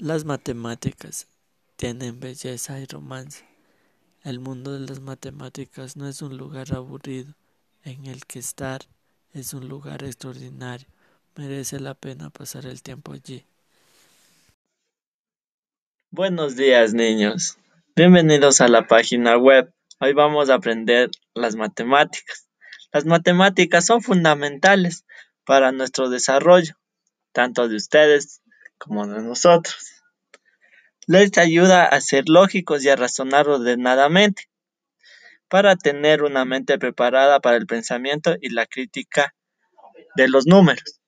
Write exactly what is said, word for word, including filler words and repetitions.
Las matemáticas tienen belleza y romance. El mundo de las matemáticas no es un lugar aburrido en el que estar, es un lugar extraordinario. Merece la pena pasar el tiempo allí. Buenos días, niños. Bienvenidos a la página web. Hoy vamos a aprender las matemáticas. Las matemáticas son fundamentales para nuestro desarrollo, tanto de ustedes como de nosotros. Les ayuda a ser lógicos y a razonar ordenadamente, para tener una mente preparada para el pensamiento y la crítica de los números.